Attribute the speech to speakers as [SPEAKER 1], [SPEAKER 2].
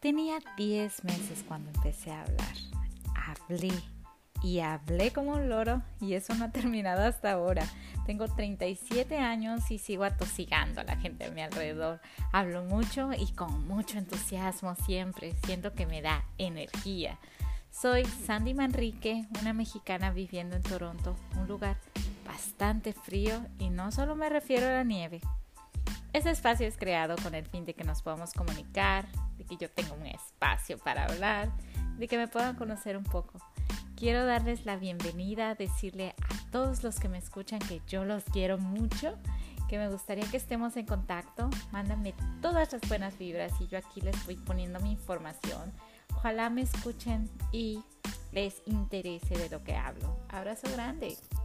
[SPEAKER 1] Tenía 10 meses cuando empecé a hablar. Hablé como un loro y eso no ha terminado hasta ahora. Tengo 37 años y sigo atosigando a la gente a mi alrededor. Hablo mucho y con mucho entusiasmo siempre. Siento que me da energía. Soy Sandy Manrique, una mexicana viviendo en Toronto, un lugar bastante frío y no solo me refiero a la nieve. Este espacio es creado con el fin de que nos podamos comunicar, de que yo tenga un espacio para hablar, de que me puedan conocer un poco. Quiero darles la bienvenida, decirle a todos los que me escuchan que yo los quiero mucho, que me gustaría que estemos en contacto. Mándenme todas las buenas vibras y yo aquí les voy poniendo mi información. Ojalá me escuchen y les interese de lo que hablo. Abrazo grande.